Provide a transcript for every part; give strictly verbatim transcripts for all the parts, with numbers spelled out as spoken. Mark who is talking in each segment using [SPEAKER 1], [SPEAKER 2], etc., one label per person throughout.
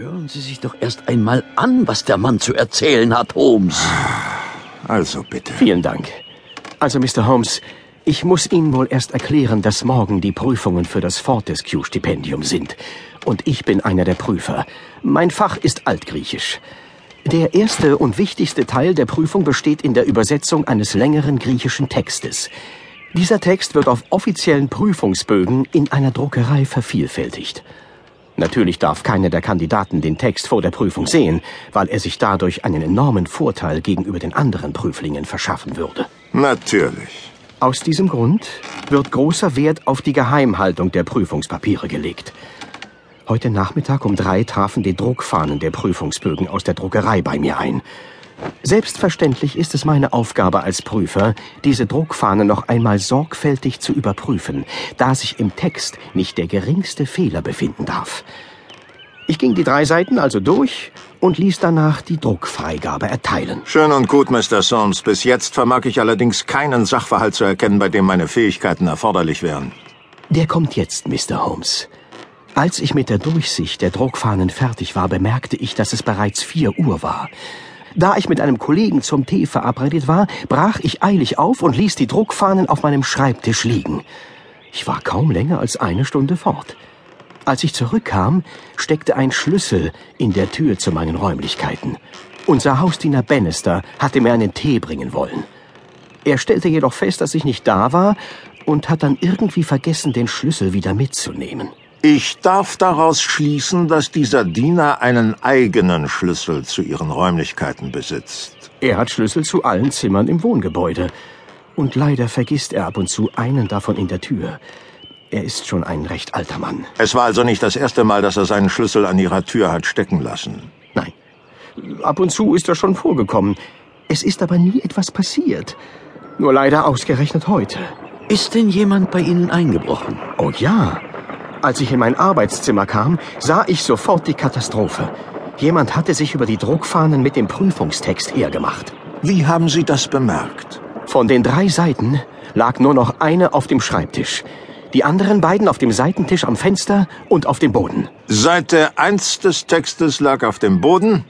[SPEAKER 1] Hören Sie sich doch erst einmal an, was der Mann zu erzählen hat, Holmes.
[SPEAKER 2] Also bitte.
[SPEAKER 3] Vielen Dank. Also, Mister Holmes, ich muss Ihnen wohl erst erklären, dass morgen die Prüfungen für das Fortescue-Stipendium sind. Und ich bin einer der Prüfer. Mein Fach ist Altgriechisch. Der erste und wichtigste Teil der Prüfung besteht in der Übersetzung eines längeren griechischen Textes. Dieser Text wird auf offiziellen Prüfungsbögen in einer Druckerei vervielfältigt. Natürlich darf keiner der Kandidaten den Text vor der Prüfung sehen, weil er sich dadurch einen enormen Vorteil gegenüber den anderen Prüflingen verschaffen würde.
[SPEAKER 2] Natürlich.
[SPEAKER 3] Aus diesem Grund wird großer Wert auf die Geheimhaltung der Prüfungspapiere gelegt. Heute Nachmittag um drei trafen die Druckfahnen der Prüfungsbögen aus der Druckerei bei mir ein. Selbstverständlich ist es meine Aufgabe als Prüfer, diese Druckfahne noch einmal sorgfältig zu überprüfen, da sich im Text nicht der geringste Fehler befinden darf. Ich ging die drei Seiten also durch und ließ danach die Druckfreigabe erteilen.
[SPEAKER 2] Schön und gut, Mister Soames. Bis jetzt vermag ich allerdings keinen Sachverhalt zu erkennen, bei dem meine Fähigkeiten erforderlich wären.
[SPEAKER 3] Der kommt jetzt, Mister Holmes. Als ich mit der Durchsicht der Druckfahnen fertig war, bemerkte ich, dass es bereits vier Uhr war. Da ich mit einem Kollegen zum Tee verabredet war, brach ich eilig auf und ließ die Druckfahnen auf meinem Schreibtisch liegen. Ich war kaum länger als eine Stunde fort. Als ich zurückkam, steckte ein Schlüssel in der Tür zu meinen Räumlichkeiten. Unser Hausdiener Bannister hatte mir einen Tee bringen wollen. Er stellte jedoch fest, dass ich nicht da war und hat dann irgendwie vergessen, den Schlüssel wieder mitzunehmen.
[SPEAKER 2] Ich darf daraus schließen, dass dieser Diener einen eigenen Schlüssel zu Ihren Räumlichkeiten besitzt.
[SPEAKER 3] Er hat Schlüssel zu allen Zimmern im Wohngebäude. Und leider vergisst er ab und zu einen davon in der Tür. Er ist schon ein recht alter Mann.
[SPEAKER 2] Es war also nicht das erste Mal, dass er seinen Schlüssel an Ihrer Tür hat stecken lassen?
[SPEAKER 3] Nein. Ab und zu ist er schon vorgekommen. Es ist aber nie etwas passiert. Nur leider ausgerechnet heute.
[SPEAKER 1] Ist denn jemand bei Ihnen eingebrochen?
[SPEAKER 3] Oh ja. Als ich in mein Arbeitszimmer kam, sah ich sofort die Katastrophe. Jemand hatte sich über die Druckfahnen mit dem Prüfungstext hergemacht.
[SPEAKER 2] Wie haben Sie das bemerkt?
[SPEAKER 3] Von den drei Seiten lag nur noch eine auf dem Schreibtisch. Die anderen beiden auf dem Seitentisch am Fenster und auf dem Boden.
[SPEAKER 2] Seite eins des Textes lag auf dem Boden,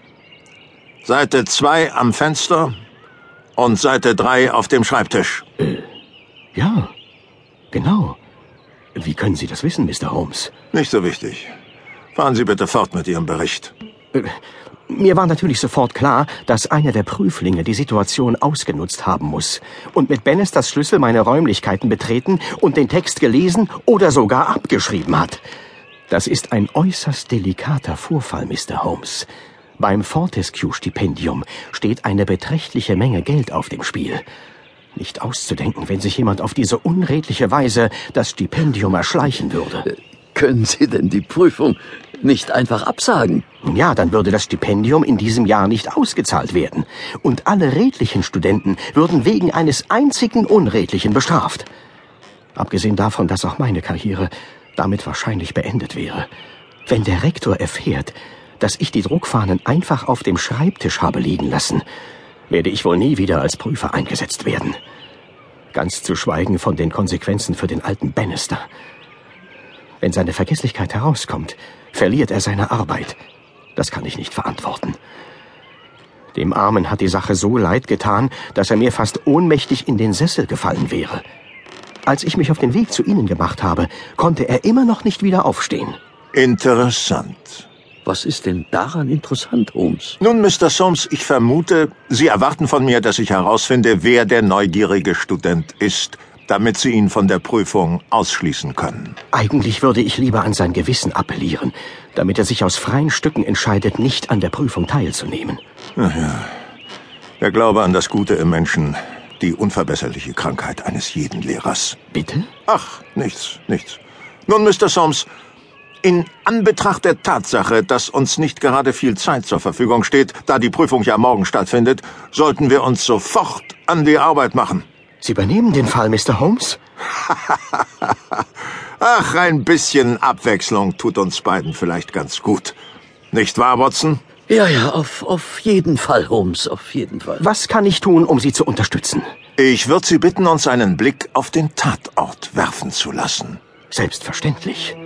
[SPEAKER 2] Seite zwei am Fenster und Seite drei auf dem Schreibtisch.
[SPEAKER 3] Äh, ja, genau. Wie können Sie das wissen, Mister Holmes?
[SPEAKER 2] Nicht so wichtig. Fahren Sie bitte fort mit Ihrem Bericht.
[SPEAKER 3] Äh, mir war natürlich sofort klar, dass einer der Prüflinge die Situation ausgenutzt haben muss und mit Bannisters Schlüssel meine Räumlichkeiten betreten und den Text gelesen oder sogar abgeschrieben hat. Das ist ein äußerst delikater Vorfall, Mister Holmes. Beim Fortescue-Stipendium steht eine beträchtliche Menge Geld auf dem Spiel. Nicht auszudenken, wenn sich jemand auf diese unredliche Weise das Stipendium erschleichen würde.
[SPEAKER 1] Können Sie denn die Prüfung nicht einfach absagen?
[SPEAKER 3] Ja, dann würde das Stipendium in diesem Jahr nicht ausgezahlt werden. Und alle redlichen Studenten würden wegen eines einzigen Unredlichen bestraft. Abgesehen davon, dass auch meine Karriere damit wahrscheinlich beendet wäre. Wenn der Rektor erfährt, dass ich die Druckfahnen einfach auf dem Schreibtisch habe liegen lassen, werde ich wohl nie wieder als Prüfer eingesetzt werden. Ganz zu schweigen von den Konsequenzen für den alten Bannister. Wenn seine Vergesslichkeit herauskommt, verliert er seine Arbeit. Das kann ich nicht verantworten. Dem Armen hat die Sache so leid getan, dass er mir fast ohnmächtig in den Sessel gefallen wäre. Als ich mich auf den Weg zu Ihnen gemacht habe, konnte er immer noch nicht wieder aufstehen.
[SPEAKER 2] Interessant.
[SPEAKER 1] Was ist denn daran interessant, Holmes?
[SPEAKER 2] Nun, Mister Soames, ich vermute, Sie erwarten von mir, dass ich herausfinde, wer der neugierige Student ist, damit Sie ihn von der Prüfung ausschließen können.
[SPEAKER 3] Eigentlich würde ich lieber an sein Gewissen appellieren, damit er sich aus freien Stücken entscheidet, nicht an der Prüfung teilzunehmen.
[SPEAKER 2] Ach ja, der Glaube an das Gute im Menschen, die unverbesserliche Krankheit eines jeden Lehrers.
[SPEAKER 3] Bitte?
[SPEAKER 2] Ach, nichts, nichts. Nun, Mister Soames, in Anbetracht der Tatsache, dass uns nicht gerade viel Zeit zur Verfügung steht, da die Prüfung ja morgen stattfindet, sollten wir uns sofort an die Arbeit machen.
[SPEAKER 3] Sie übernehmen den Fall, Mister Holmes?
[SPEAKER 2] Ach, ein bisschen Abwechslung tut uns beiden vielleicht ganz gut. Nicht wahr, Watson?
[SPEAKER 1] Ja, ja, auf, auf jeden Fall, Holmes, auf jeden Fall.
[SPEAKER 3] Was kann ich tun, um Sie zu unterstützen?
[SPEAKER 2] Ich würde Sie bitten, uns einen Blick auf den Tatort werfen zu lassen.
[SPEAKER 3] Selbstverständlich.